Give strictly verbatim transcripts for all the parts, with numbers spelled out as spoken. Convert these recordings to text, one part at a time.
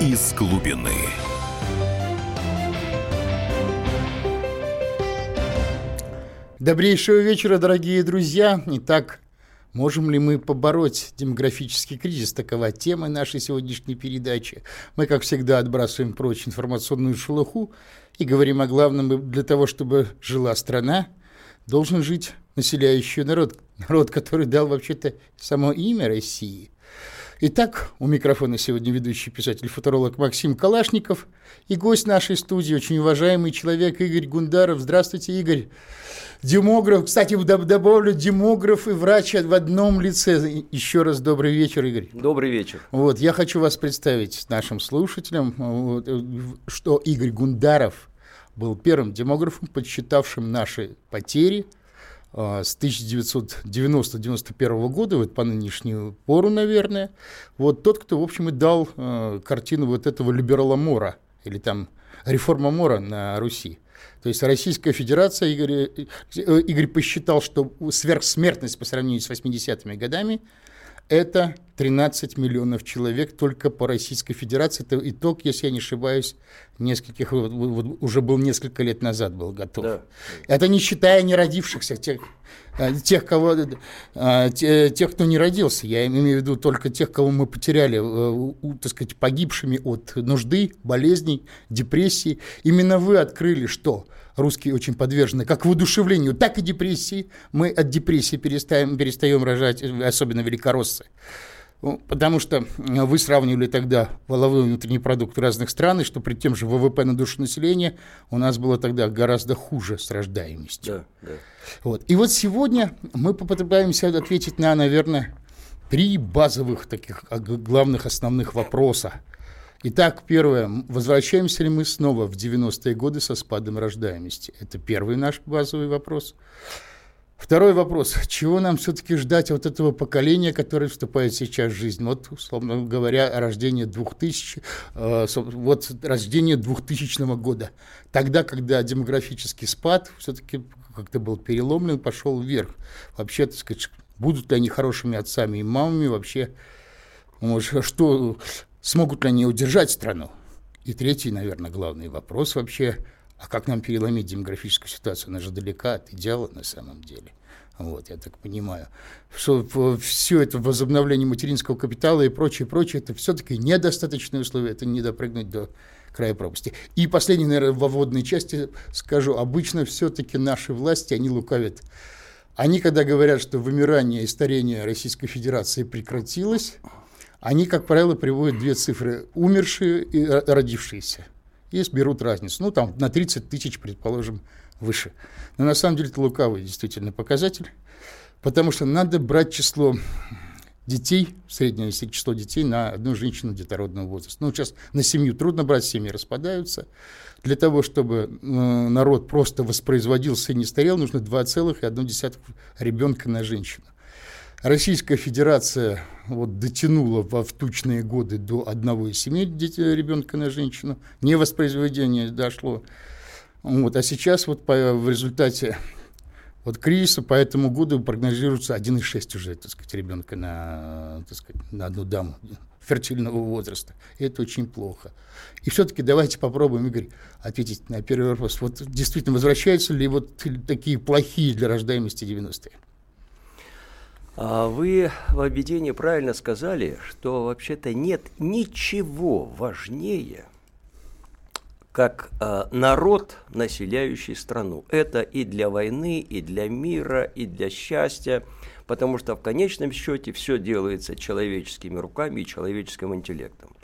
из глубины. Добрейшего вечера, дорогие друзья. Итак, можем ли мы побороть демографический кризис? Такова тема нашей сегодняшней передачи. Мы, как всегда, отбрасываем прочь информационную шелуху и говорим о главном. Для того, чтобы жила страна, должен жить населяющий народ. Народ, который дал вообще-то само имя России. Итак, у микрофона сегодня ведущий писатель-футуролог Максим Калашников и гость нашей студии, очень уважаемый человек Игорь Гундаров. Здравствуйте, Игорь. Демограф, кстати, добавлю, демограф и врач в одном лице. Еще раз добрый вечер, Игорь. Добрый вечер. Вот, я хочу вас представить нашим слушателям, что Игорь Гундаров был первым демографом, подсчитавшим наши потери с тысяча девятьсот девяностого — девяносто первого года, вот по нынешнюю пору, наверное, вот тот, кто, в общем, и дал э, картину вот этого либерала Мора, или там реформа Мора на Руси. То есть Российская Федерация, Игорь, Игорь посчитал, что сверхсмертность по сравнению с восьмидесятыми годами это тринадцать миллионов человек только по Российской Федерации. Это итог, если я не ошибаюсь, нескольких, вот, вот, уже был несколько лет назад был готов. Да. Это не считая не родившихся, тех, тех, кого, тех, кто не родился. Я имею в виду только тех, кого мы потеряли, так сказать, погибшими от нужды, болезней, депрессии. Именно вы открыли, что русские очень подвержены как воодушевлению, так и депрессии. Мы от депрессии перестаем, перестаем рожать, особенно великороссы. Потому что вы сравнивали тогда валовой внутренний продукт разных стран, и что при тем же ВВП на душу населения у нас было тогда гораздо хуже с рождаемостью. Да, да. Вот. И вот сегодня мы попытаемся ответить на, наверное, три базовых таких главных основных вопроса. Итак, первое. Возвращаемся ли мы снова в девяностые годы со спадом рождаемости? Это первый наш базовый вопрос. Второй вопрос. Чего нам все-таки ждать от этого поколения, которое вступает сейчас в жизнь? Вот, условно говоря, рождение двухтысячного, э, вот рождение двухтысячного года. Тогда, когда демографический спад все-таки как-то был переломлен, пошел вверх. Вообще, так сказать, будут ли они хорошими отцами и мамами? Вообще, может, что, смогут ли они удержать страну? И третий, наверное, главный вопрос вообще. А как нам переломить демографическую ситуацию? Она же далека от идеала на самом деле. Вот, я так понимаю. Что все это возобновление материнского капитала и прочее, прочее, это все-таки недостаточные условия, это не допрыгнуть до края пропасти. И последнее, наверное, во вводной части скажу, обычно все-таки наши власти, они лукавят. Они, когда говорят, что вымирание и старение Российской Федерации прекратилось, они, как правило, приводят две цифры: умершие и родившиеся. И берут разницу. Ну, там на тридцать тысяч, предположим, выше. Но на самом деле это лукавый действительно показатель, потому что надо брать число детей, среднее число детей на одну женщину детородного возраста. Ну, сейчас на семью трудно брать, семьи распадаются. Для того, чтобы э, народ просто воспроизводился и не старел, нужно два целых одна десятая ребенка на женщину. Российская Федерация вот, дотянула во втучные годы до одного целых семи десятых ребенка на женщину. Невоспроизведение дошло. Вот, а сейчас вот по, в результате вот, кризиса по этому году прогнозируется один целых шесть уже, так сказать, ребенка на, так сказать, на одну даму фертильного возраста. И это очень плохо. И все-таки давайте попробуем, Игорь, ответить на первый вопрос. Вот действительно, возвращаются ли вот такие плохие для рождаемости девяностые? Вы в введении правильно сказали, что вообще-то нет ничего важнее, как э, народ, населяющий страну. Это и для войны, и для мира, и для счастья, потому что в конечном счете все делается человеческими руками и человеческим интеллектом.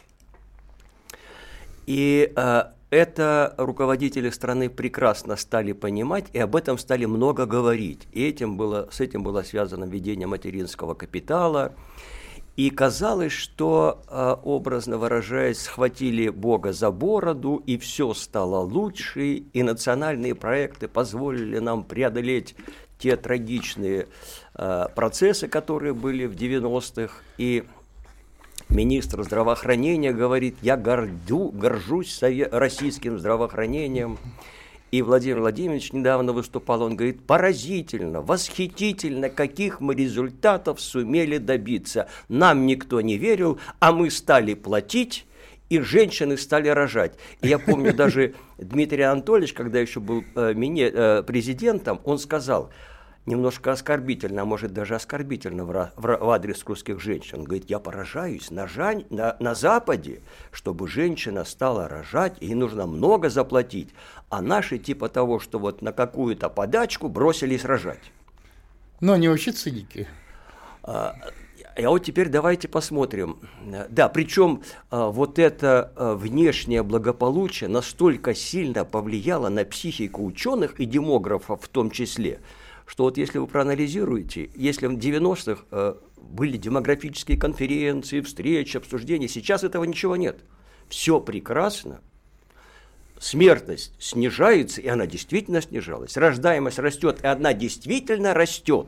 И э, это руководители страны прекрасно стали понимать, и об этом стали много говорить. И этим было, с этим было связано введение материнского капитала. И казалось, что, образно выражаясь, схватили Бога за бороду, и все стало лучше, и национальные проекты позволили нам преодолеть те трагичные процессы, которые были в девяностых. И министр здравоохранения говорит: я гордю, горжусь российским здравоохранением. И Владимир Владимирович недавно выступал, он говорит: поразительно, восхитительно, каких мы результатов сумели добиться. Нам никто не верил, а мы стали платить, и женщины стали рожать. И я помню даже Дмитрий Анатольевич, когда еще был э, мини, э, президентом, он сказал, немножко оскорбительно, а может даже оскорбительно в, в, в адрес русских женщин. Он говорит, я поражаюсь, на, жань, на, на Западе, чтобы женщина стала рожать, ей нужно много заплатить, а наши типа того, что вот на какую-то подачку бросились рожать. Но они вообще циники. А, а вот теперь давайте посмотрим. Да, причем а, вот это а, внешнее благополучие настолько сильно повлияло на психику ученых и демографов в том числе, что вот если вы проанализируете, если в девяностых э, были демографические конференции, встречи, обсуждения, сейчас этого ничего нет. Все прекрасно, смертность снижается, и она действительно снижалась, рождаемость растет, и она действительно растет.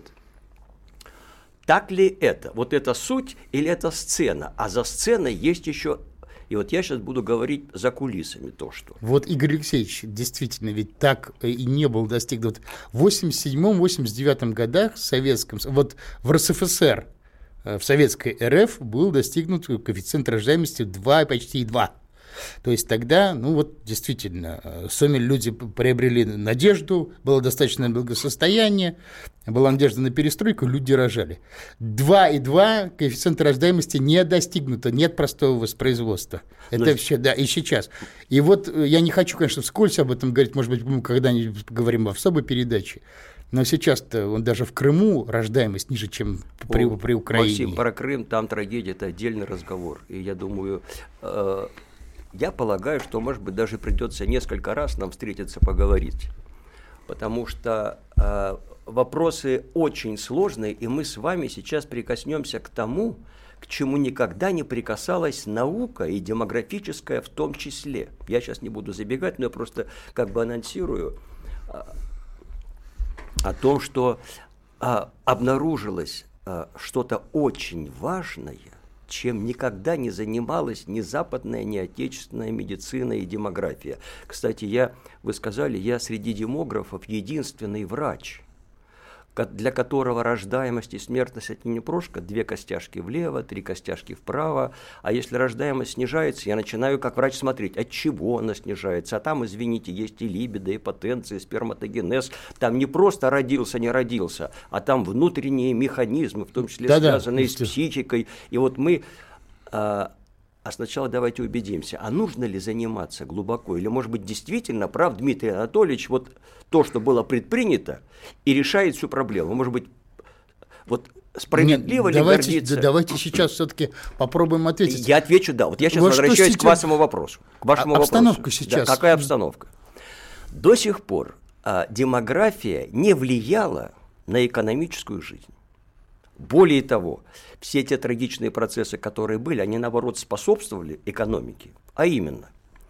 Так ли это? Вот это суть или это сцена? А за сценой есть еще... И вот я сейчас буду говорить за кулисами то, что... Вот, Игорь Алексеевич, действительно, ведь так и не был достигнут. В восемьдесят седьмом — восемьдесят девятом годах в Советском... Вот в РСФСР, в Советской РФ был достигнут коэффициент рождаемости два, почти два. То есть тогда, ну вот действительно, сами люди приобрели надежду, было достаточное благосостояние, была надежда на перестройку, люди рожали. два и два коэффициент рождаемости не достигнуто, нет простого воспроизводства. Это Но... все, да, и сейчас. И вот я не хочу, конечно, вскользь об этом говорить, может быть, мы когда-нибудь поговорим в особой передаче. Но сейчас-то он даже в Крыму рождаемость ниже, чем при, О, при Украине. Максим, про Крым, там трагедия, это отдельный разговор. И я думаю... Э- Я полагаю, что, может быть, даже придется несколько раз нам встретиться, поговорить, потому что э, вопросы очень сложные, и мы с вами сейчас прикоснемся к тому, к чему никогда не прикасалась наука, и демографическая в том числе. Я сейчас не буду забегать, но я просто как бы анонсирую э, о том, что э, обнаружилось э, что-то очень важное, чем никогда не занималась ни западная, ни отечественная медицина и демография. Кстати, я, вы сказали, я среди демографов единственный врач, для которого рождаемость и смертность – это не просто две костяшки влево, три костяшки вправо, а если рождаемость снижается, я начинаю как врач смотреть, от чего она снижается. А там, извините, есть и либидо, и потенция, и сперматогенез. Там не просто родился, не родился, а там внутренние механизмы, в том числе Да-да, связанные с психикой. И вот мы… А, а сначала давайте убедимся, а нужно ли заниматься глубоко, или, может быть, действительно, прав Дмитрий Анатольевич, вот то, что было предпринято, и решает всю проблему. Может быть, вот справедливо Нет, ли давайте, гордиться? Да, давайте сейчас все-таки попробуем ответить. Я отвечу, да. Вот я сейчас вот возвращаюсь к вашему вопросу. К вашему а, обстановка вопросу. сейчас. Да, какая обстановка? До сих пор а, демография не влияла на экономическую жизнь. Более того, все те трагичные процессы, которые были, они, наоборот, способствовали экономике. А именно,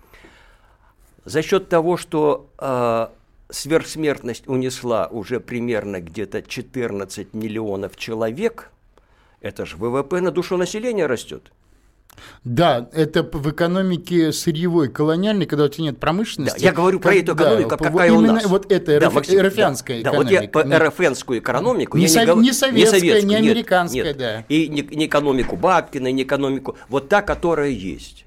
за счет того, что э, сверхсмертность унесла уже примерно где-то четырнадцать миллионов человек, это же ВВП на душу населения растет. Да, это в экономике сырьевой, колониальной, когда у тебя нет промышленности. Да, я говорю как, про эту экономику, да, какая у нас. Вот это да, РФ, Максим, РФянская да, экономика. Да, вот я по РФянскую экономику, не, я со, не, говорю, не советская, не, советскую, не американская, нет, да. Нет. И не, не экономику Бабкина, не экономику, вот та, которая есть.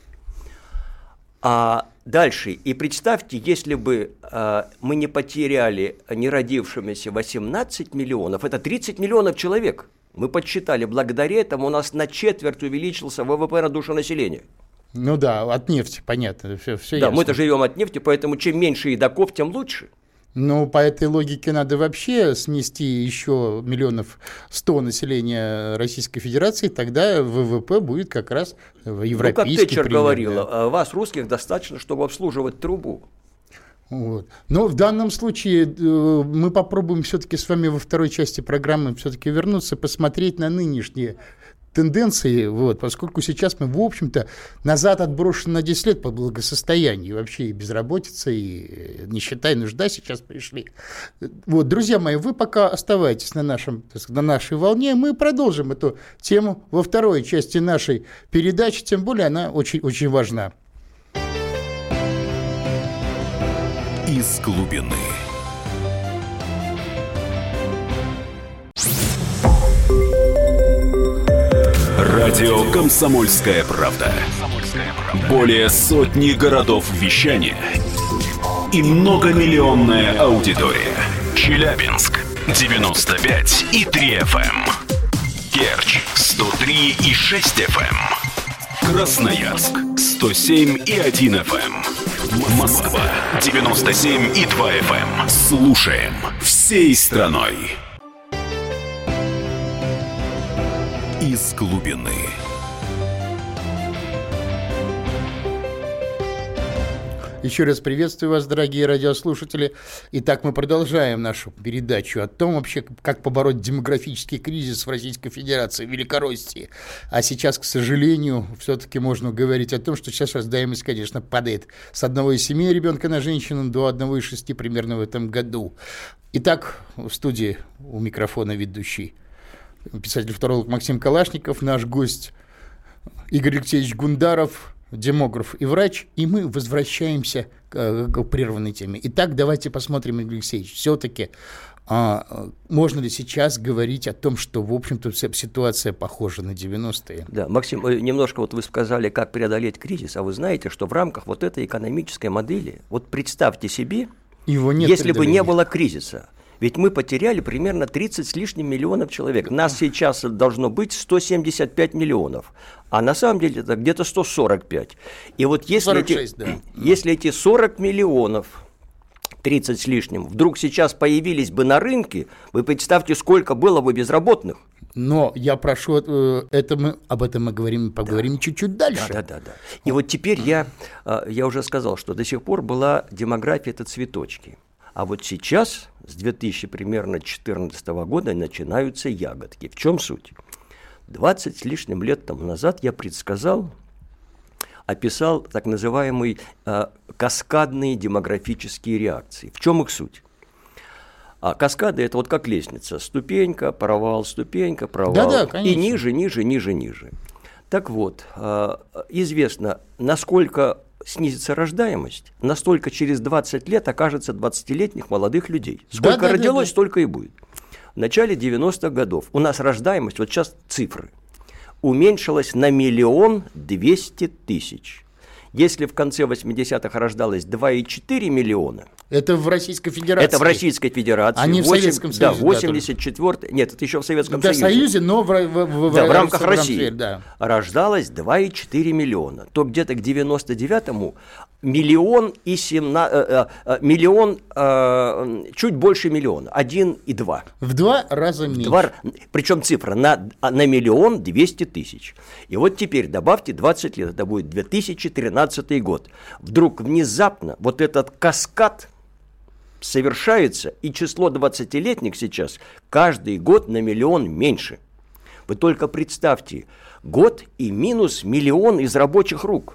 А дальше, и представьте, если бы а, мы не потеряли неродившимися восемнадцать миллионов, это тридцать миллионов человек. Мы подсчитали, благодаря этому у нас на четверть увеличился ВВП на душу населения. Ну да, от нефти, понятно, все, все Да, ясно. мы-то живем от нефти, поэтому чем меньше едоков, тем лучше. Ну, по этой логике надо вообще снести еще миллионов сто населения Российской Федерации, тогда ВВП будет как раз европейский. Ну, как Тэтчер пример, говорила, да. Вас, русских, достаточно, чтобы обслуживать трубу. Вот. Но в данном случае э, мы попробуем все-таки с вами во второй части программы все-таки вернуться, посмотреть на нынешние тенденции, вот, поскольку сейчас мы, в общем-то, назад отброшены на десять лет по благосостоянию, вообще и безработица, и нищета, и нужда сейчас пришли. Вот, друзья мои, вы пока оставайтесь на, нашем, на нашей волне, мы продолжим эту тему во второй части нашей передачи, тем более она очень, очень важна. Из глубины. Радио «Комсомольская правда». Более сотни городов вещания и многомиллионная аудитория. Челябинск девяносто пять и три эф эм, Керчь сто три и шесть эф эм, Красноярск сто семь и один эф эм, Москва девяносто семь и два эф эм. Слушаем всей страной. Из глубины. Еще раз приветствую вас, дорогие радиослушатели. Итак, мы продолжаем нашу передачу о том, вообще, как побороть демографический кризис в Российской Федерации, в Великороссии. А сейчас, к сожалению, все-таки можно говорить о том, что сейчас рождаемость, конечно, падает с одного из семи ребенка на женщину до одного из шести примерно в этом году. Итак, в студии у микрофона ведущий писатель-футуролог Максим Калашников, наш гость Игорь Алексеевич Гундаров, демограф и врач, и мы возвращаемся к, к прерванной теме. Итак, давайте посмотрим, Игорь Алексеевич, все-таки а, можно ли сейчас говорить о том, что, в общем-то, ситуация похожа на девяностые? Да, Максим, немножко вот вы сказали, как преодолеть кризис, а вы знаете, что в рамках вот этой экономической модели, вот представьте себе, Его нет если бы не было кризиса, ведь мы потеряли примерно тридцать с лишним миллионов человек. Нас сейчас должно быть сто семьдесят пять миллионов, а на самом деле это где-то сто сорок пять. И вот если, сорок шесть, эти, да. если эти сорок миллионов, тридцать с лишним, вдруг сейчас появились бы на рынке, вы представьте, сколько было бы безработных. Но я прошу, это мы, об этом мы говорим, поговорим да. чуть-чуть дальше. Да, да, да, да. И вот теперь я, я уже сказал, что до сих пор была демография – это цветочки. А вот сейчас, с две тысячи примерно четырнадцатого года, начинаются ягодки. В чем суть? двадцать с лишним лет тому назад я предсказал, описал так называемые э, каскадные демографические реакции. В чем их суть? А каскады – это вот как лестница. Ступенька, провал, ступенька, провал. Да-да, конечно. И ниже, ниже, ниже, ниже. Так вот, э, известно, насколько снизится рождаемость, настолько через двадцать лет окажется двадцатилетних молодых людей. Сколько да, да, родилось, да, да. столько и будет. В начале девяностых годов у нас рождаемость, вот сейчас цифры, уменьшилась на миллион двести тысяч. Если в конце восьмидесятых рождалось два и четыре миллиона. Это в Российской Федерации. Это в Российской Федерации. А не в Советском Союзе. Да, восемьдесят четвёртый. Нет, это еще в Советском да, Союзе. Союзе, но в, в, в, да, в, в рамках в России. Да. Рождалось два и четыре миллиона. То где-то к девяносто девятому миллион и семнадцать, э, э, миллион, э, чуть больше миллиона. один и два. В два раза меньше. Два, причем цифра на, на миллион двести тысяч. И вот теперь добавьте двадцать лет, это будет две тысячи тринадцатый год. Вдруг внезапно вот этот каскад совершается, и число двадцатилетних сейчас каждый год на миллион меньше. Вы только представьте, год и минус миллион из рабочих рук.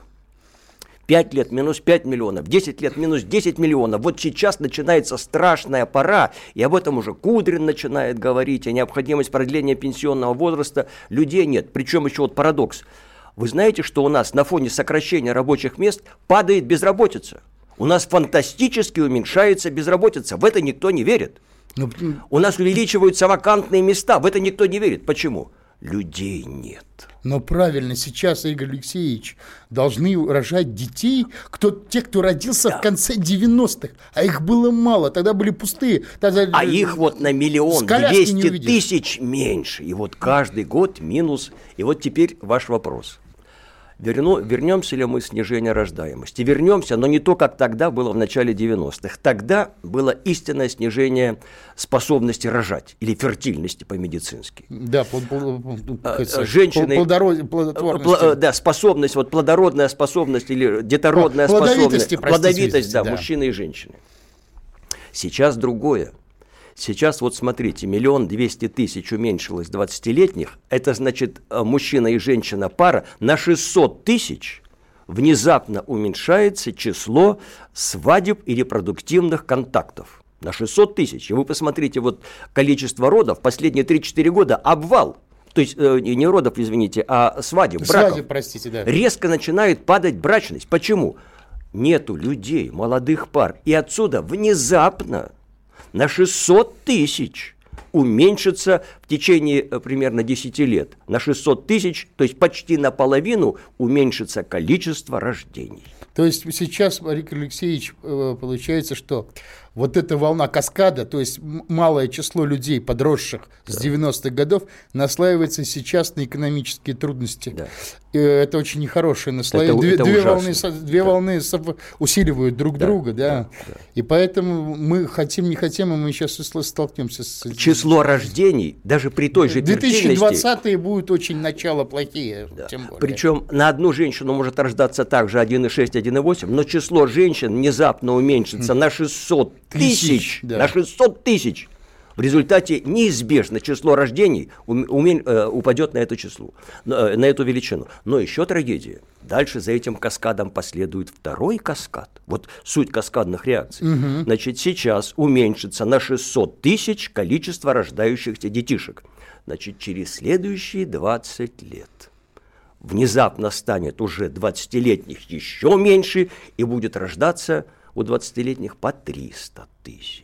пять лет минус пять миллионов, десять лет минус десять миллионов. Вот сейчас начинается страшная пора, и об этом уже Кудрин начинает говорить, о необходимости продления пенсионного возраста. Людей нет. Причем еще вот парадокс. Вы знаете, что у нас на фоне сокращения рабочих мест падает безработица? У нас фантастически уменьшается безработица. В это никто не верит. Ну, у нас увеличиваются вакантные места. В это никто не верит. Почему? Людей нет. Но правильно, сейчас, Игорь Алексеевич, должны рожать детей, кто, те, кто родился да. в конце девяностых, а их было мало, тогда были пустые. Тогда... А их вот на миллион двести тысяч меньше. И вот каждый год минус. И вот теперь ваш вопрос. Верну, вернемся ли мы в снижение рождаемости? Вернемся, но не то, как тогда было в начале девяностых. Тогда было истинное снижение способности рожать, или фертильности по-медицински. Да, пол, пол, пол, женщины, плодород, плодотворности. Да, способность, вот плодородная способность или детородная способность. Простите, плодовитость, да, да, мужчины и женщины. Сейчас другое. Сейчас вот смотрите, миллион двести тысяч уменьшилось двадцатилетних, это значит мужчина и женщина пара, на шестьсот тысяч внезапно уменьшается число свадеб и репродуктивных контактов. На шестьсот тысяч. И вы посмотрите, вот количество родов последние три-четыре года обвал. То есть э, не родов, извините, а свадеб, браков. Свадеб, простите, да. Резко начинает падать брачность. Почему? Нету людей, молодых пар. И отсюда внезапно на шестьсот тысяч уменьшится в течение примерно десяти лет на шестьсот тысяч, то есть почти наполовину уменьшится количество рождений. То есть сейчас, Марик Алексеевич, получается, что вот эта волна каскада, то есть малое число людей, подросших да. с девяностых годов, наслаивается сейчас на экономические трудности. Да. Это очень нехорошее наслоение. Две, две волны, две да. волны усиливают друг да. друга, да? Да, да. И поэтому мы хотим, не хотим, и мы сейчас столкнемся с... Число рождений, даже при той же две тысячи двадцатые будут очень начало плохие. Да. Тем более. Причем на одну женщину может рождаться также один и шесть, один и восемь, но число женщин внезапно уменьшится mm. на шестьсот тысяч, да. на шестьсот тысяч. В результате неизбежно число рождений умень, э, упадет на эту число, на, на эту величину. Но еще трагедия. Дальше за этим каскадом последует второй каскад. Вот суть каскадных реакций. Угу. Значит, сейчас уменьшится на шестьсот тысяч количество рождающихся детишек. Значит, через следующие двадцать лет внезапно станет уже двадцатилетних еще меньше, и будет рождаться у двадцатилетних по триста тысяч.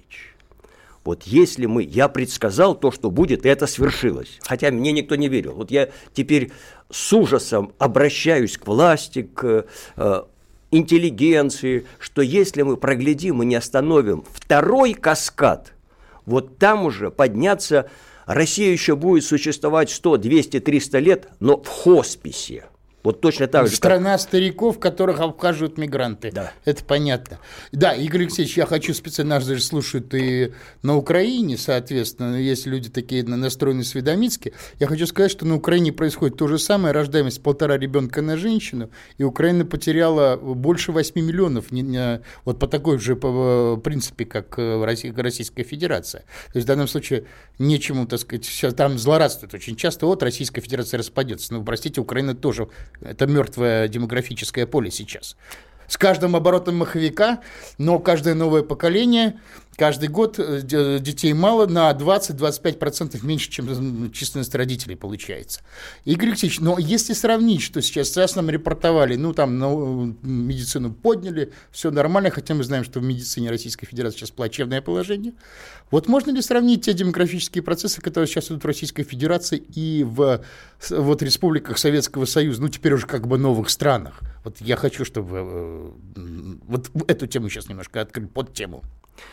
Вот если мы, я предсказал то, что будет, и это свершилось, хотя мне никто не верил. Вот я теперь с ужасом обращаюсь к власти, к э, интеллигенции, что если мы проглядим и не остановим второй каскад, вот там уже подняться, Россия еще будет существовать сто, двести, триста лет, но в хосписе. Вот точно так же. Страна как... стариков, которых обхаживают мигранты. Да. Это понятно. Да, Игорь Алексеевич, я хочу специально, нас даже слушают и на Украине, соответственно, есть люди такие настроенные сведомицки. Я хочу сказать, что на Украине происходит то же самое, рождаемость полтора ребенка на женщину, и Украина потеряла больше восьми миллионов, не, не, вот по такой же по принципе, как Российская Федерация. То есть в данном случае нечему, так сказать, сейчас там злорадствует очень часто, вот Российская Федерация распадется. Ну, простите, Украина тоже... Это мертвое демографическое поле сейчас. С каждым оборотом маховика, но каждое новое поколение, каждый год детей мало, на двадцать-двадцать пять процентов меньше, чем численность родителей получается. Игорь Алексеевич, но если сравнить, что сейчас, сейчас нам репортовали, ну там ну, медицину подняли, все нормально, хотя мы знаем, что в медицине Российской Федерации сейчас плачевное положение. Вот можно ли сравнить те демографические процессы, которые сейчас идут в Российской Федерации и в вот, республиках Советского Союза, ну теперь уже как бы новых странах? Вот я хочу, чтобы вот эту тему сейчас немножко открыть под тему.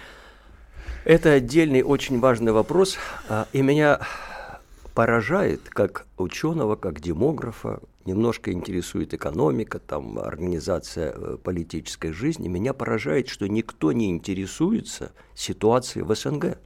Это отдельный очень важный вопрос, и меня поражает, как ученого, как демографа, немножко интересует экономика, там, организация политической жизни, меня поражает, что никто не интересуется ситуацией в СНГ.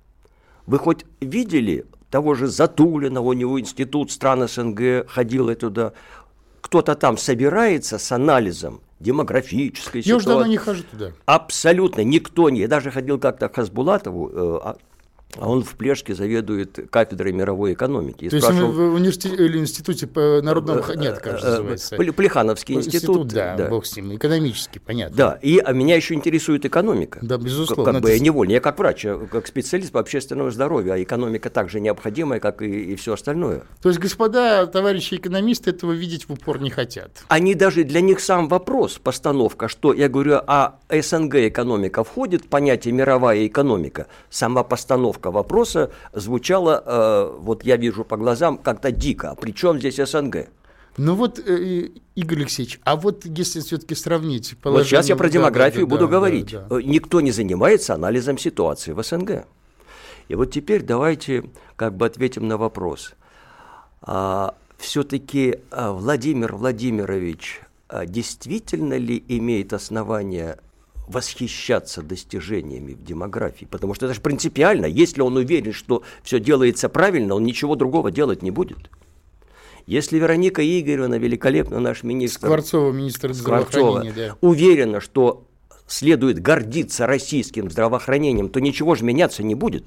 Вы хоть видели того же Затулина, у него институт стран СНГ, ходил и туда, кто-то там собирается с анализом демографической ситуации. Я уже давно не хожу туда. Абсолютно никто не. Я даже ходил как-то к Хасбулатову, а, а он в Плешке заведует кафедрой мировой экономики. И То спрашивал, есть в университете или институте по народному... Нет, кажется, называется. Плехановский институт. институт да, да, бог с ним, экономический, понятно. Да, и а меня еще интересует экономика. Да, безусловно. Как бы я невольно, я как врач, как специалист по общественному здоровью, а экономика также необходимая, как и, и все остальное. То есть, господа, товарищи экономисты, этого видеть в упор не хотят. Они даже, для них сам вопрос, постановка, что, я говорю, а СНГ экономика входит в понятие мировая экономика, сама постановка вопроса звучала, э, вот я вижу по глазам, как-то дико. А при чем здесь СНГ? Ну вот, э, Игорь Алексеевич, а вот если все-таки сравнить... Положение... Вот сейчас я про демографию да, да, буду да, говорить. Да, да. Никто не занимается анализом ситуации в СНГ. И вот теперь давайте как бы ответим на вопрос. А, все-таки а, Владимир Владимирович а, действительно ли имеет основания восхищаться достижениями в демографии, потому что это же принципиально. Если он уверен, что все делается правильно, он ничего другого делать не будет. Если Вероника Игоревна, великолепно наш министр Скворцова, министр здравоохранения, да. уверена, что следует гордиться российским здравоохранением, то ничего же меняться не будет.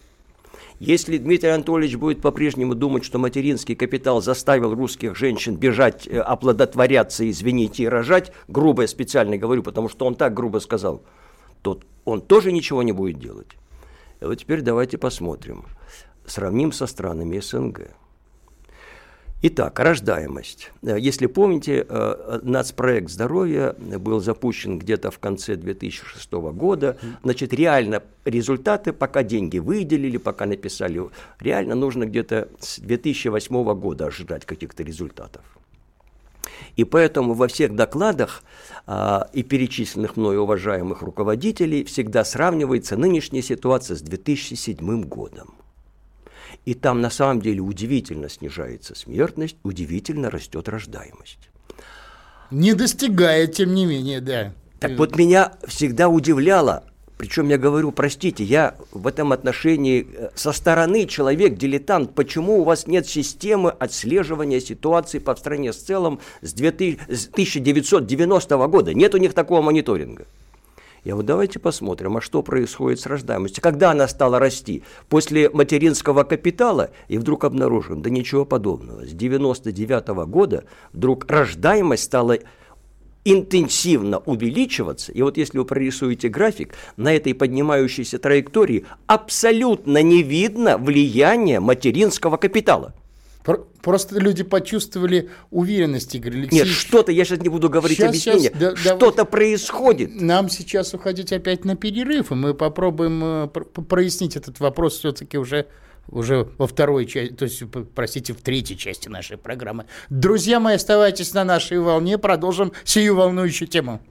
Если Дмитрий Анатольевич будет по-прежнему думать, что материнский капитал заставил русских женщин бежать, оплодотворяться, извините, и рожать, грубо я специально говорю, потому что он так грубо сказал, то он тоже ничего не будет делать. И вот теперь давайте посмотрим, сравним со странами СНГ. Итак, рождаемость. Если помните, нацпроект здоровья был запущен где-то в конце две тысячи шестого года. Значит, реально результаты, пока деньги выделили, пока написали, реально нужно где-то с две тысячи восьмого года ожидать каких-то результатов. И поэтому во всех докладах а, и перечисленных мною уважаемых руководителей всегда сравнивается нынешняя ситуация с две тысячи седьмым годом. И там на самом деле удивительно снижается смертность, удивительно растет рождаемость. Не достигает, тем не менее, да. Так вот меня всегда удивляло, причем я говорю, простите, я в этом отношении со стороны человек, дилетант, почему у вас нет системы отслеживания ситуации по стране в целом с тысяча девятьсот девяностого года, нет у них такого мониторинга. Я вот давайте посмотрим, а что происходит с рождаемостью. Когда она стала расти? После материнского капитала, и вдруг обнаружим, да ничего подобного. С девяносто девятого года вдруг рождаемость стала интенсивно увеличиваться. И вот если вы прорисуете график, на этой поднимающейся траектории абсолютно не видно влияния материнского капитала. Просто люди почувствовали уверенность, Игорь Алексеевич. Нет, что-то, я сейчас не буду говорить сейчас, объяснение, сейчас, да, что-то да, происходит. Нам сейчас уходить опять на перерыв, и мы попробуем прояснить этот вопрос все-таки уже, уже во второй части, то есть, простите, в третьей части нашей программы. Друзья мои, оставайтесь на нашей волне, продолжим сию волнующую тему.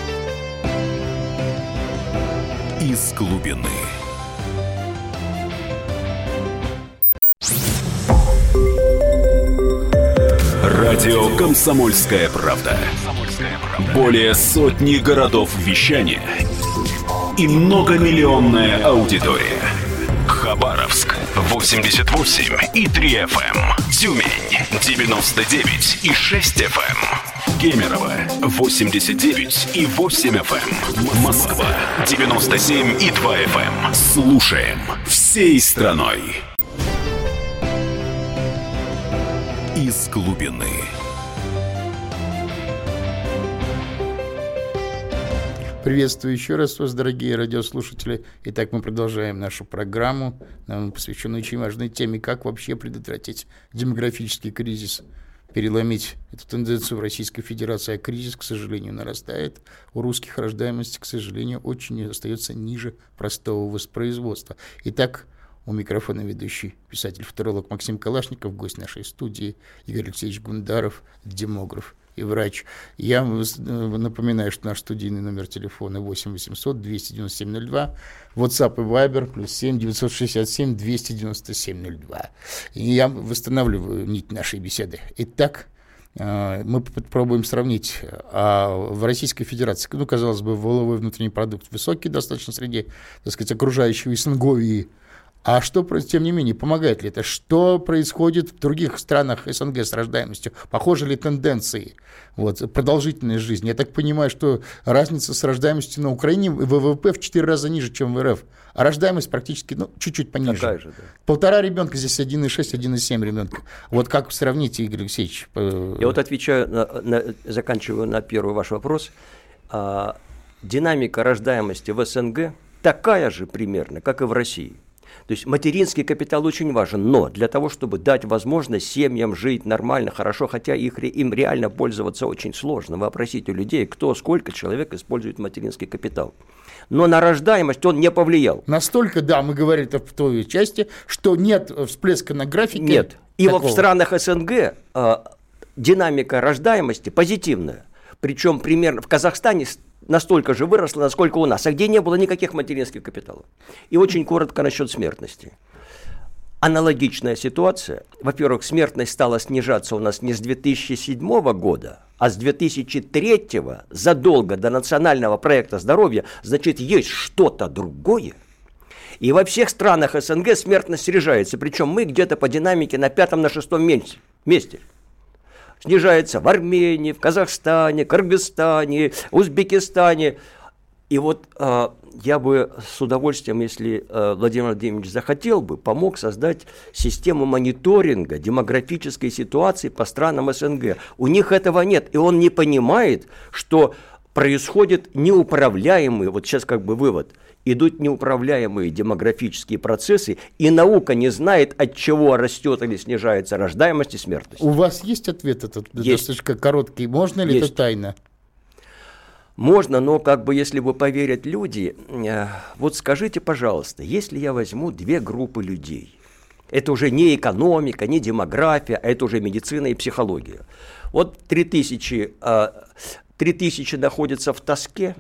Из глубины. Радио «Комсомольская правда». Более сотни городов вещания и многомиллионная аудитория. Хабаровск восемьдесят восемь и три эф эм, Тюмень девяносто девять и шесть эф эм, Кемерово восемьдесят девять и восемь эф эм, Москва девяносто семь и два эф эм. Слушаем всей страной. Из глубины. Приветствую еще раз вас, дорогие радиослушатели. Итак, мы продолжаем нашу программу, посвященную очень важной теме, как вообще предотвратить демографический кризис, переломить эту тенденцию в Российской Федерации. А кризис, к сожалению, нарастает. У русских рождаемость, к сожалению, очень остается ниже простого воспроизводства. Итак, у микрофона ведущий писатель-футуролог Максим Калашников, гость нашей студии Игорь Алексеевич Гундаров, демограф и врач. Я напоминаю, что наш студийный номер телефона восемь восемьсот двести девяносто семь ноль два, WhatsApp и Viber плюс семь девятьсот шестьдесят семь двести девяносто семь ноль два. И я восстанавливаю нить нашей беседы. Итак, мы попробуем сравнить. А в Российской Федерации, ну, казалось бы, валовой внутренний продукт высокий достаточно среди, так сказать, окружающего СНГ. А что, тем не менее, помогает ли это? Что происходит в других странах СНГ с рождаемостью? Похожи ли тенденции? Вот, продолжительность жизни. Я так понимаю, что разница с рождаемостью на Украине ВВП в четыре раза ниже, чем в РФ. А рождаемость практически, ну, чуть-чуть пониже. Такая же, да. Полтора ребенка, здесь один и шесть, один и семь ребенка. Вот как сравните, Игорь Алексеевич? Я вот отвечаю, на, на, заканчиваю на первый ваш вопрос. А, динамика рождаемости в СНГ такая же примерно, как и в России. То есть материнский капитал очень важен, но для того, чтобы дать возможность семьям жить нормально, хорошо, хотя их, им реально пользоваться очень сложно. Вы опросите у людей, кто, сколько человек использует материнский капитал. Но на рождаемость он не повлиял. Настолько, да, мы говорили в той части, что нет всплеска на графике. Нет. И такого. Вот в странах СНГ э, динамика рождаемости позитивная. Причем примерно в Казахстане настолько же выросла, насколько у нас, а где не было никаких материнских капиталов. И очень коротко насчет смертности. Аналогичная ситуация. Во-первых, смертность стала снижаться у нас не с две тысячи седьмого года, а с две тысячи третьего, задолго до национального проекта здоровья, значит, есть что-то другое. И во всех странах СНГ смертность снижается, причем мы где-то по динамике на пятом, на шестом месте. Снижается в Армении, в Казахстане, Кыргызстане, Узбекистане. И вот э, я бы с удовольствием, если э, Владимир Владимирович захотел бы, помог создать систему мониторинга демографической ситуации по странам СНГ. У них этого нет, и он не понимает, что происходит неуправляемый, вот сейчас как бы вывод, идут неуправляемые демографические процессы, и наука не знает, от чего растет или снижается рождаемость и смертность. У вас есть ответ этот? Есть. Достаточно короткий. Можно ли Есть. это тайна? Можно, но как бы если бы поверят люди, э, вот скажите, пожалуйста, если я возьму две группы людей, это уже не экономика, не демография, а это уже медицина и психология. Вот три тысячи, э, три тысячи находятся в тоске,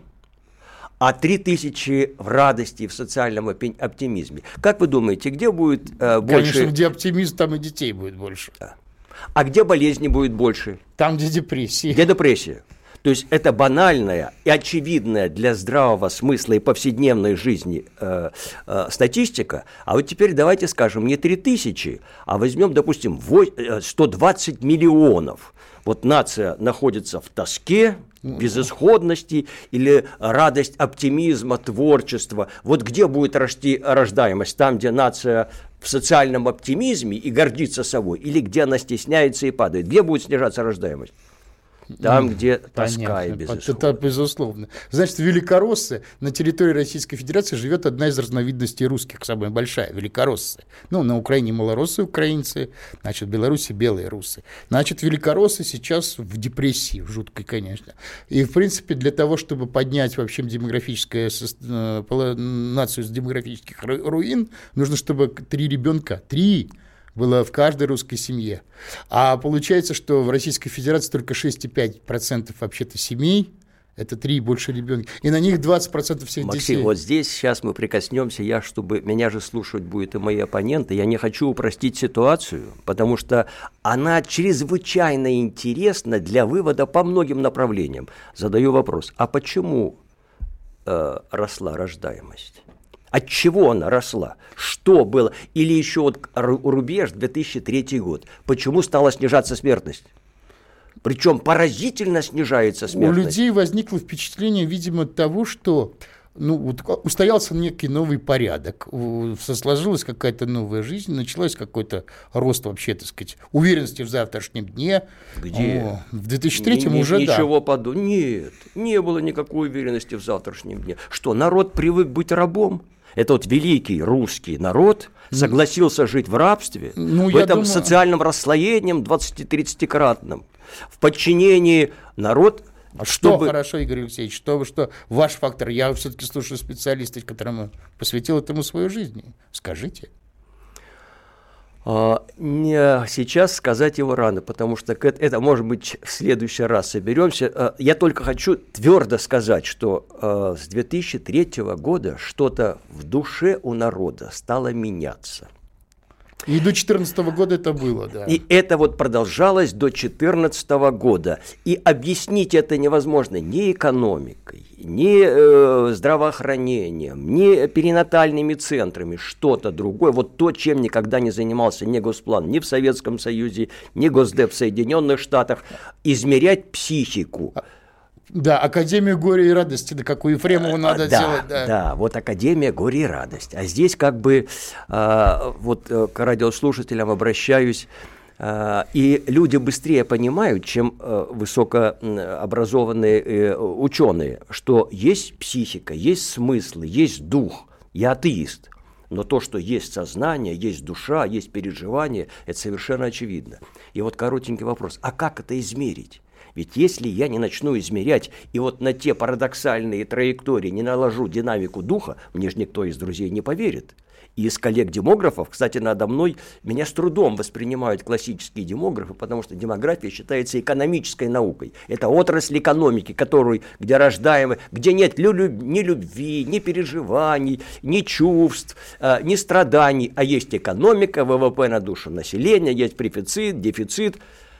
а три тысячи в радости, в социальном оптимизме. Как вы думаете, где будет э, больше... Конечно, где оптимизм, там и детей будет больше. А где болезни будет больше? Там, где депрессия. Где депрессия? То есть это банальная и очевидная для здравого смысла и повседневной жизни э, э, статистика. А вот теперь давайте скажем не три тысячи, а возьмем, допустим, сто двадцать миллионов. Вот нация находится в тоске, безысходности или радость оптимизма, творчества. Вот где будет расти рождаемость? Там, где нация в социальном оптимизме и гордится собой, или где она стесняется и падает? Где будет снижаться рождаемость? Там, где тоска и безысходность. Это безусловно. Значит, великороссы на территории Российской Федерации живет одна из разновидностей русских, самая большая, великороссы. Ну, на Украине малороссы украинцы, значит, в Беларуси белые русы. Значит, великороссы сейчас в депрессии, в жуткой, конечно. И, в принципе, для того, чтобы поднять вообще демографическую нацию с демографических руин, нужно, чтобы три ребенка, три было в каждой русской семье. А получается, что в Российской Федерации только шесть целых пять десятых процента вообще-то семей, это три и больше ребенка, и на них двадцать процентов всех Максим, детей. вот здесь сейчас мы прикоснемся, я, чтобы меня же слушать будут и мои оппоненты, я не хочу упростить ситуацию, потому что она чрезвычайно интересна для вывода по многим направлениям. Задаю вопрос, а почему э, росла рождаемость? От чего она росла? Что было? Или еще вот рубеж две тысячи третий год. Почему стала снижаться смертность? Причем поразительно снижается смертность. У людей возникло впечатление, видимо, того, что ну, вот устоялся некий новый порядок, сложилась какая-то новая жизнь, началась какой-то рост вообще, так сказать, уверенности в завтрашнем дне. Где? О, в две тысячи третьем ни, уже, ничего да. Ничего подобного. Нет, не было никакой уверенности в завтрашнем дне. Что, народ привык быть рабом? Это вот великий русский народ согласился жить в рабстве, ну, в этом думаю... социальном расслоении двадцати-тридцатикратном, в подчинении народ... А чтобы... что хорошо, Игорь Алексеевич, что, что ваш фактор? Я все-таки слушаю специалиста, которому посвятил этому свою жизнь. Скажите. А, не, сейчас сказать его рано, потому что это, может быть, в следующий раз соберемся. Я только хочу твердо сказать, что а, с две тысячи третьего года что-то в душе у народа стало меняться. И до две тысячи четырнадцатого года это было, да. И это вот продолжалось до две тысячи четырнадцатого года. И объяснить это невозможно ни экономикой, ни э, здравоохранением, ни перинатальными центрами, что-то другое. Вот то, чем никогда не занимался ни Госплан, ни в Советском Союзе, ни Госдеп в Соединенных Штатах. Измерять психику. Да, Академию горя и радости, да, как у Ефремова надо да, делать. Да, да, вот Академия горя и радость. А здесь как бы э, вот к радиослушателям обращаюсь, э, и люди быстрее понимают, чем э, высокообразованные э, ученые, что есть психика, есть смыслы, есть дух. Я атеист. Но то, что есть сознание, есть душа, есть переживание, это совершенно очевидно. И вот коротенький вопрос, а как это измерить? Ведь если я не начну измерять и вот на те парадоксальные траектории не наложу динамику духа, мне же никто из друзей не поверит. И из коллег-демографов, кстати, надо мной, меня с трудом воспринимают классические демографы, потому что демография считается экономической наукой. Это отрасль экономики, которую, где рождаемые, где нет ни любви, ни переживаний, ни чувств, ни страданий, а есть экономика, ВВП на душу населения, есть профицит, дефицит,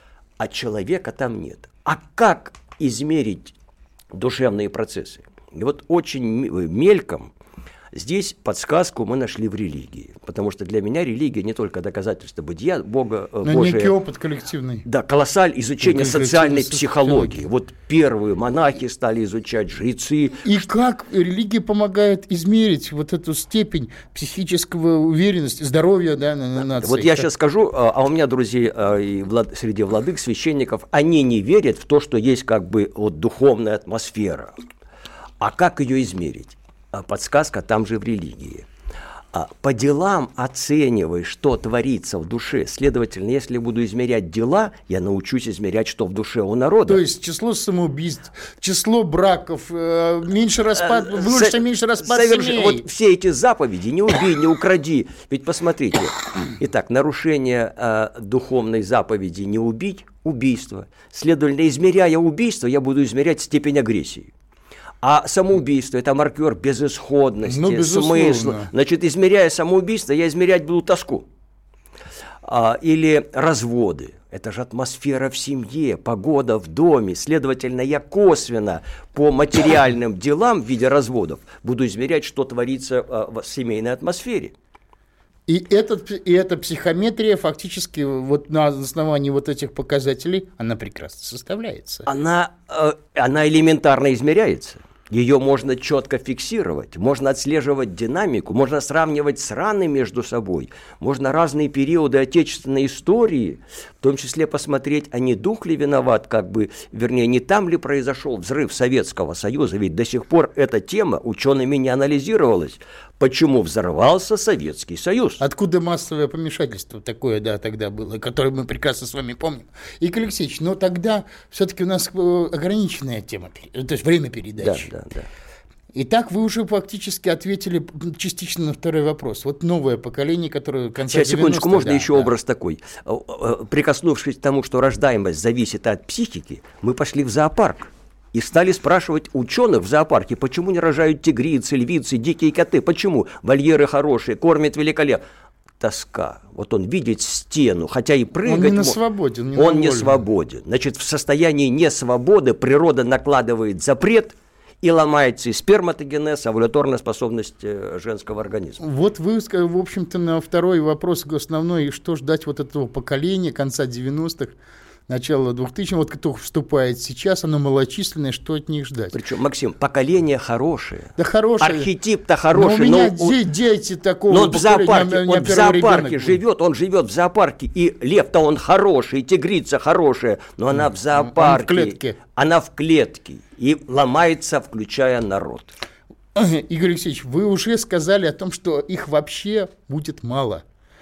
а человека там нет. А как измерить душевные процессы? И вот очень мельком здесь подсказку мы нашли в религии, потому что для меня религия не только доказательство бытия Бога, но Божия. некий опыт коллективный. Да, колоссальное изучение социальной психологии. психологии. Вот первые монахи стали изучать, жрецы. И как религия помогает измерить вот эту степень психического уверенности, здоровья, да, на нации? Вот я сейчас скажу, а у меня друзей и влад... среди владык, священников, они не верят в то, что есть как бы вот духовная атмосфера. А как ее измерить? подсказка там же в религии. По делам оценивай, что творится в душе. Следовательно, если буду измерять дела, я научусь измерять, что в душе у народа. То есть число самоубийств, число браков, меньше распад, больше, меньше распад семей. Вот все эти заповеди, не убей, не укради. Ведь посмотрите, итак, нарушение э, духовной заповеди не убить, убийство. Следовательно, измеряя убийство, я буду измерять степень агрессии. А самоубийство – это маркер безысходности, ну, смысла. Значит, измеряя самоубийство, я измерять буду тоску. А, или разводы. Это же атмосфера в семье, погода в доме. Следовательно, я косвенно по материальным делам в виде разводов буду измерять, что творится а, в семейной атмосфере. И, этот, и эта психометрия фактически вот на основании вот этих показателей, она прекрасно составляется. Она, э, она элементарно измеряется. Ее можно четко фиксировать, можно отслеживать динамику, можно сравнивать страны между собой, можно разные периоды отечественной истории, в том числе посмотреть, а не дух ли виноват, как бы, вернее, не там ли произошел взрыв Советского Союза, ведь до сих пор эта тема учеными не анализировалась. Почему взорвался Советский Союз? Откуда массовое помешательство такое, да, тогда было, которое мы прекрасно с вами помним. Игорь Алексеевич, но тогда все-таки у нас ограниченная тема, то есть время передачи. Да, да, да. Итак, вы уже фактически ответили частично на второй вопрос. Вот новое поколение, которое конца Сейчас, секундочку, можно да, еще да. образ такой. Прикоснувшись к тому, что рождаемость зависит от психики, мы пошли в зоопарк. И стали спрашивать ученых в зоопарке, почему не рожают тигрицы, львицы, дикие коты, почему вольеры хорошие, кормят великолепно. Тоска. Вот он видит стену, хотя и прыгать... Он не на свободе. Он не, он не свободен. Значит, в состоянии несвободы природа накладывает запрет, и ломается и сперматогенез, овуляторная способность женского организма. Вот вы, в общем-то, на второй вопрос основной, что ждать вот этого поколения конца девяностых, начало двухтысячных, вот кто вступает сейчас, оно малочисленное, что от них ждать? Причем, Максим, поколение хорошее. Да хорошее. Архетип-то хороший. Но у меня но, дети такого. Но в зоопарке, не, не он в зоопарке живет, он живет в зоопарке, и лев-то он хороший, и тигрица хорошая, но она в зоопарке. Он в клетке. Она в клетке и ломается, включая народ. Игорь Алексеевич, вы уже сказали о том, что их вообще будет мало.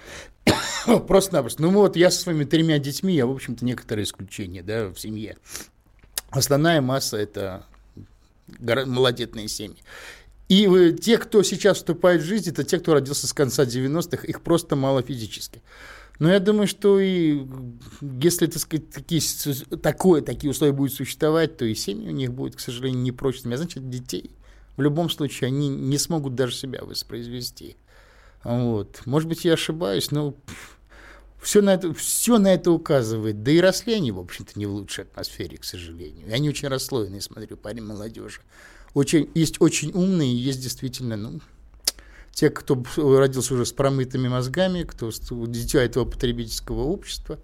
Просто-напросто. Ну вот я со своими тремя детьми, я, в общем-то, некоторые исключения, да, в семье. Основная масса – это малодетные семьи. И вы, те, кто сейчас вступает в жизнь, это те, кто родился с конца девяностых, их просто мало физически. Но я думаю, что и если, так сказать, такие, такое, такие условия будут существовать, то и семьи у них будут, к сожалению, непрочными. А значит, детей в любом случае они не смогут даже себя воспроизвести. Вот. Может быть, я ошибаюсь, но все на, это, все на это указывает. Да и росли они, в общем-то, не в лучшей атмосфере, к сожалению. И они очень расслоенные, смотрю, парень молодежи. Очень, есть очень умные, есть действительно, ну, те, кто родился уже с промытыми мозгами, кто дитя этого потребительского общества.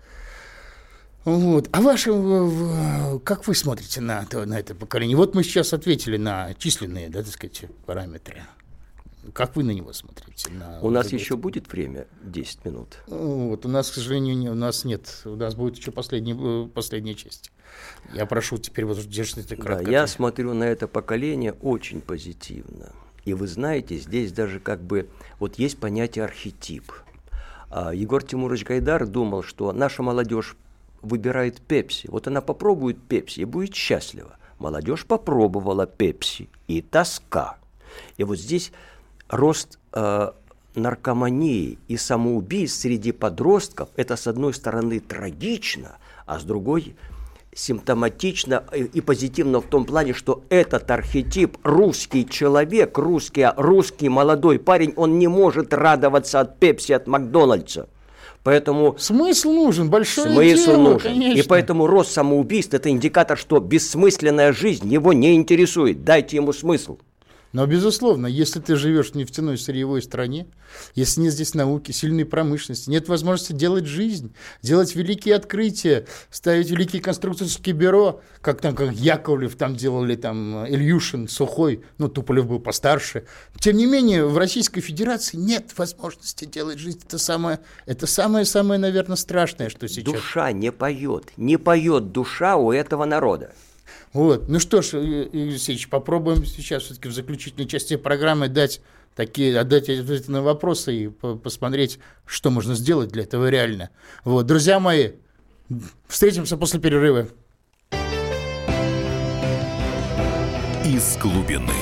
Вот. А ваше, как вы смотрите на, на это поколение? Вот мы сейчас ответили на численные, да, так сказать, параметры. Как вы на него смотрите? На у вот нас это? Еще будет время, десять минут. Вот, у нас, к сожалению, не, у нас нет. У нас будет еще последняя, последняя часть. Я прошу теперь вот держите это кратко. Да, я смотрю на это поколение очень позитивно. И вы знаете, здесь даже как бы вот есть понятие архетип. А Егор Тимурович Гайдар думал, что наша молодежь выбирает пепси. Вот она попробует пепси и будет счастлива. Молодежь попробовала пепси и тоска. И вот здесь рост э, наркомании и самоубийств среди подростков – это, с одной стороны, трагично, а с другой – симптоматично и позитивно в том плане, что этот архетип русский человек, русский, русский молодой парень, он не может радоваться от пепси, от Макдональдса. Поэтому смысл нужен, большой смысл дело, нужен. Конечно. И поэтому рост самоубийств – это индикатор, что бессмысленная жизнь его не интересует. Дайте ему смысл. Но, безусловно, если ты живешь в нефтяной сырьевой стране, если нет здесь науки, сильной промышленности, нет возможности делать жизнь, делать великие открытия, ставить великие конструкторские бюро, как там, как Яковлев там делали, там, Ильюшин, Сухой, ну, Туполев был постарше. Тем не менее, в Российской Федерации нет возможности делать жизнь. Это самое, это самое-самое, наверное, страшное, что сейчас. Душа не поет, не поет душа у этого народа. Вот. Ну что ж, Игорь Алексеевич, попробуем сейчас все-таки в заключительной части программы дать такие, отдать ответы на вопросы и посмотреть, что можно сделать для этого реально. Вот. Друзья мои, встретимся после перерыва. Из глубины.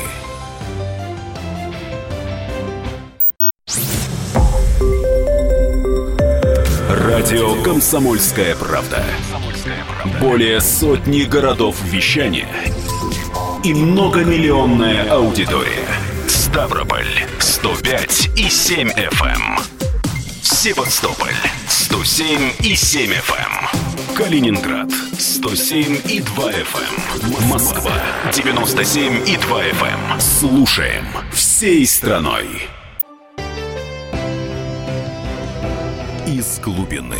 Радио «Комсомольская правда». Более сотни городов вещания и многомиллионная аудитория. Ставрополь сто пять и семь эф эм. Севастополь сто семь и семь эф эм. Калининград сто семь и два эф эм. Москва девяносто семь и два эф эм. Слушаем всей страной. Из глубины.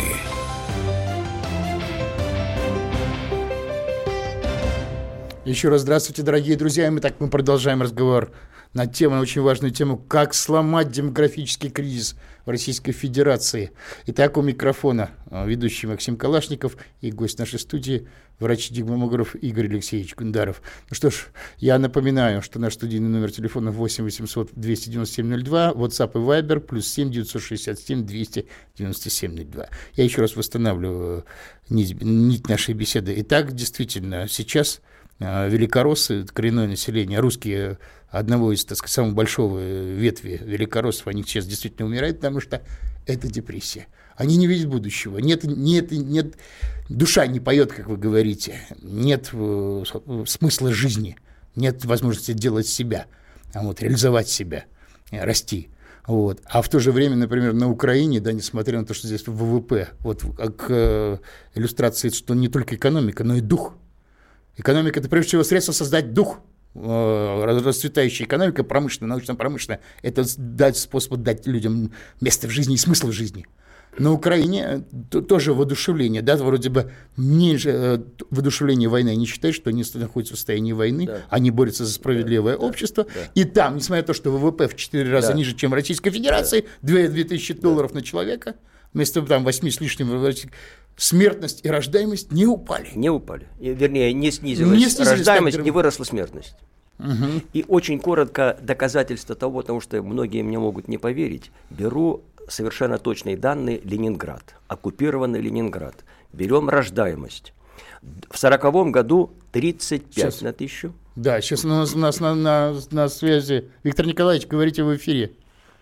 Еще раз здравствуйте, дорогие друзья. И мы так мы продолжаем разговор на тему, на очень важную тему, как сломать демографический кризис в Российской Федерации. Итак, у микрофона ведущий Максим Калашников и гость нашей студии, врач-демограф Игорь Алексеевич Гундаров. Ну что ж, я напоминаю, что наш студийный номер телефона восемь восемьсот двести девяносто семь ноль два, WhatsApp и Viber плюс семь девятьсот шестьдесят семь двести девяносто семь ноль два. Я еще раз восстанавливаю нить, нить нашей беседы. Итак, действительно, сейчас великороссы, коренное население, русские одного из, так сказать, самого большого ветви великороссов, они сейчас действительно умирают, потому что это депрессия. Они не видят будущего. Нет, нет, нет, душа не поет, как вы говорите. Нет э, смысла жизни. Нет возможности делать себя, вот, реализовать себя, расти. Вот. А в то же время, например, на Украине, да, несмотря на то, что здесь ВВП, вот к э, иллюстрации, что не только экономика, но и дух. Экономика – это прежде всего средство создать дух. Расцветающая экономика, промышленная, научно-промышленная – это дать способ дать людям место в жизни и смысл в жизни. На Украине тоже воодушевление, да, вроде бы меньше воодушевление войны. Они считают, что они находятся в состоянии войны, да. Они борются за справедливое да, общество. Да, да. И там, несмотря на то, что ВВП в четыре раза да. ниже, чем в Российской Федерации, две тысячи долларов да. на человека, вместо там восьми с лишним, смертность и рождаемость не упали. Не упали. Вернее, не снизилась не снизились, рождаемость, так, не выросла смертность. Угу. И очень коротко доказательство того, потому что многие мне могут не поверить, беру совершенно точные данные Ленинград, оккупированный Ленинград. Берем рождаемость. В сороковом году тридцать пять сейчас. На тысячу. Да, сейчас у нас, у нас на, на, на связи Виктор Николаевич, говорите в эфире.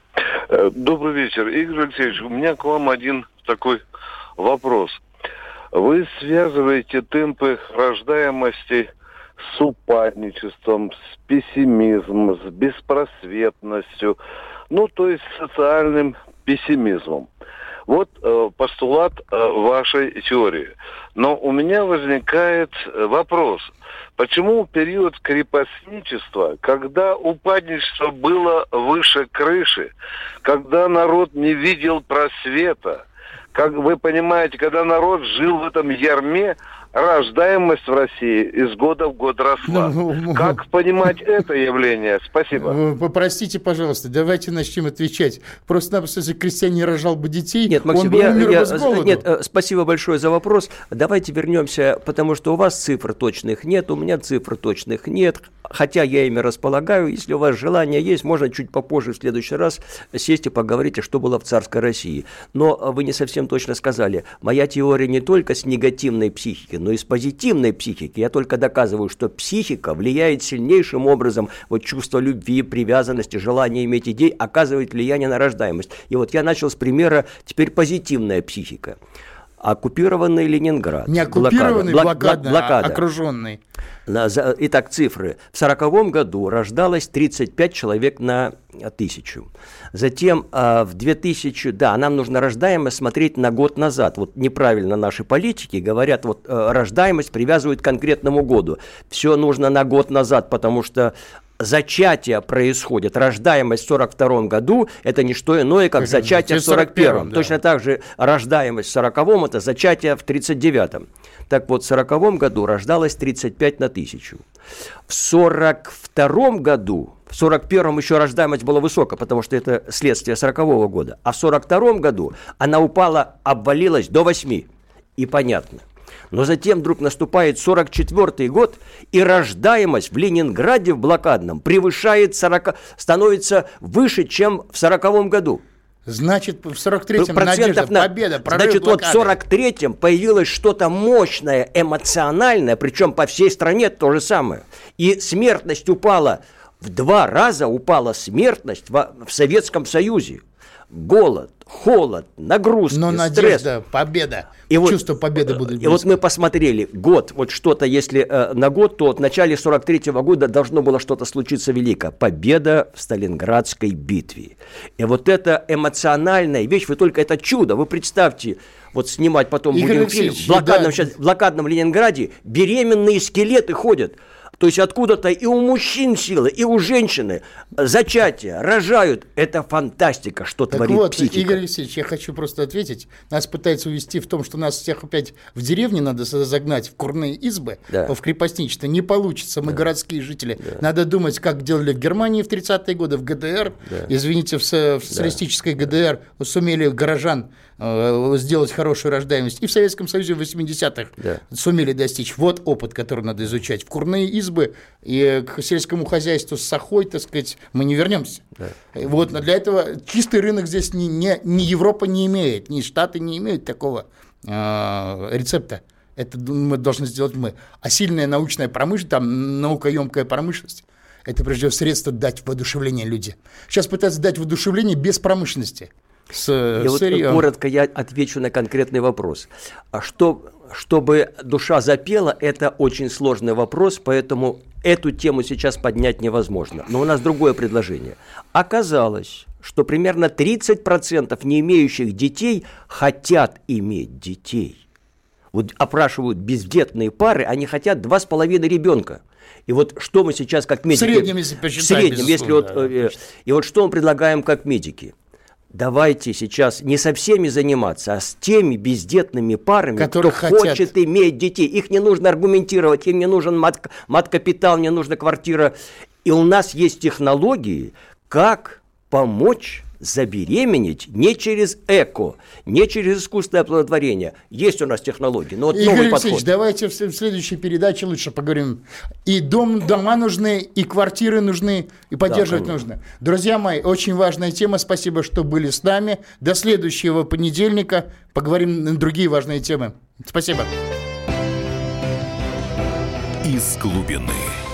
Добрый вечер. Игорь Алексеевич, у меня к вам один такой вопрос. Вы связываете темпы рождаемости с упадничеством, с пессимизмом, с беспросветностью, ну, то есть с социальным пессимизмом. Вот э, постулат э, вашей теории. Но у меня возникает вопрос. Почему в период крепостничества, когда упадничество было выше крыши, когда народ не видел просвета, как вы понимаете, когда народ жил в этом ярме, рождаемость в России из года в год росла. Как понимать это явление? Спасибо. Попростите, пожалуйста, давайте начнем отвечать. Просто-напросто, если крестьян не рожал бы детей, нет, Максим, он бы я, умер я, бы с голоду. Нет, спасибо большое за вопрос. Давайте вернемся, потому что у вас цифр точных нет, у меня цифр точных нет. Хотя я ими располагаю, если у вас желание есть, можно чуть попозже в следующий раз сесть и поговорить, что было в царской России. Но вы не совсем точно сказали. Моя теория не только с негативной психики, но и с позитивной психики. Я только доказываю, что психика влияет сильнейшим образом. Вот чувство любви, привязанности, желание иметь детей оказывает влияние на рождаемость. И вот я начал с примера теперь позитивная психика. Оккупированный Ленинград. Не оккупированный, блокада, блокада. А окруженный. Итак, цифры. В сороковом году рождалось тридцать пять человек на тысячу. Затем в двухтысячном, да, нам нужно рождаемость смотреть на год назад. Вот неправильно наши политики говорят, вот рождаемость привязывают к конкретному году. Все нужно на год назад, потому что зачатие происходит, рождаемость в сорок втором году – это не что иное, как зачатие в сорок первом. Да. Точно так же рождаемость в сороковом – это зачатие в тридцать девятом. Так вот, в сороковом году рождалось тридцать пять на тысячу. В сорок втором году, в сорок первом еще рождаемость была высокая, потому что это следствие сорокового года, а в сорок втором году она упала, обвалилась до восьми. И понятно. Но затем вдруг наступает сорок четвёртый год, и рождаемость в Ленинграде в блокадном превышает сорок, становится выше, чем в сороковом году. Значит, в сорок третьем надежда, на... победа, прорыв Значит, блокады. вот в сорок третьем появилось что-то мощное, эмоциональное, причем по всей стране то же самое. И смертность упала, в два раза упала смертность в, в Советском Союзе. Голод, холод, нагрузки, Но стресс. надежда, победа, и чувство вот, победы будет И близко. вот мы посмотрели, год, вот что-то, если э, на год, то в начале сорок третьего года должно было что-то случиться великое. Победа в Сталинградской битве. И вот эта эмоциональная вещь, вы только это чудо, вы представьте, вот снимать потом Игорь будем фильм, в блокадном, да. сейчас, в блокадном Ленинграде беременные скелеты ходят. То есть откуда-то и у мужчин силы, и у женщины зачатие, рожают. Это фантастика, что Так творит вот, психика. Игорь Алексеевич, я хочу просто ответить. Нас пытаются увести в том, что нас всех опять в деревне надо загнать, в курные избы, Да. в крепостничество. Не получится, мы Да. городские жители. Да. Надо думать, как делали в Германии в тридцатые годы, в ГДР. Да. Извините, в, со- в социалистической ГДР сумели горожан э, сделать хорошую рождаемость. И в Советском Союзе в восьмидесятых Да. сумели достичь. Вот опыт, который надо изучать. В курные избы и к сельскому хозяйству с сахой, так сказать, мы не вернемся. Да. Вот, но для этого чистый рынок здесь ни, ни, ни Европа не имеет, ни Штаты не имеют такого э, рецепта. Это мы должны сделать мы. А сильная научная промышленность, там наукоемкая промышленность, это прежде всего средство дать воодушевление людям. Сейчас пытаются дать воодушевление без промышленности. С, И вот сырьем. коротко я отвечу на конкретный вопрос. А что, чтобы душа запела, это очень сложный вопрос, поэтому эту тему сейчас поднять невозможно. Но у нас другое предложение. Оказалось, что примерно тридцать процентов не имеющих детей хотят иметь детей. Вот опрашивают бездетные пары, они хотят два с половиной ребенка. И вот что мы сейчас как медики... В среднем, если посчитать, В среднем, если вот... да, э, и вот что мы предлагаем как медики? Давайте сейчас не со всеми заниматься, а с теми бездетными парами, Которые кто хотят. хочет иметь детей. Их не нужно аргументировать, им не нужен мат, мат-капитал, не нужна квартира. И у нас есть технологии, как помочь забеременеть не через эко, не через искусственное оплодотворение. Есть у нас технологии, но вот Игорь новый Алексеевич, подход. давайте в в следующей передаче лучше поговорим. И дом, дома нужны, и квартиры нужны, и поддерживать Да, нужно. Друзья мои, очень важная тема. Спасибо, что были с нами. До следующего понедельника поговорим на другие важные темы. Спасибо. Из глубины.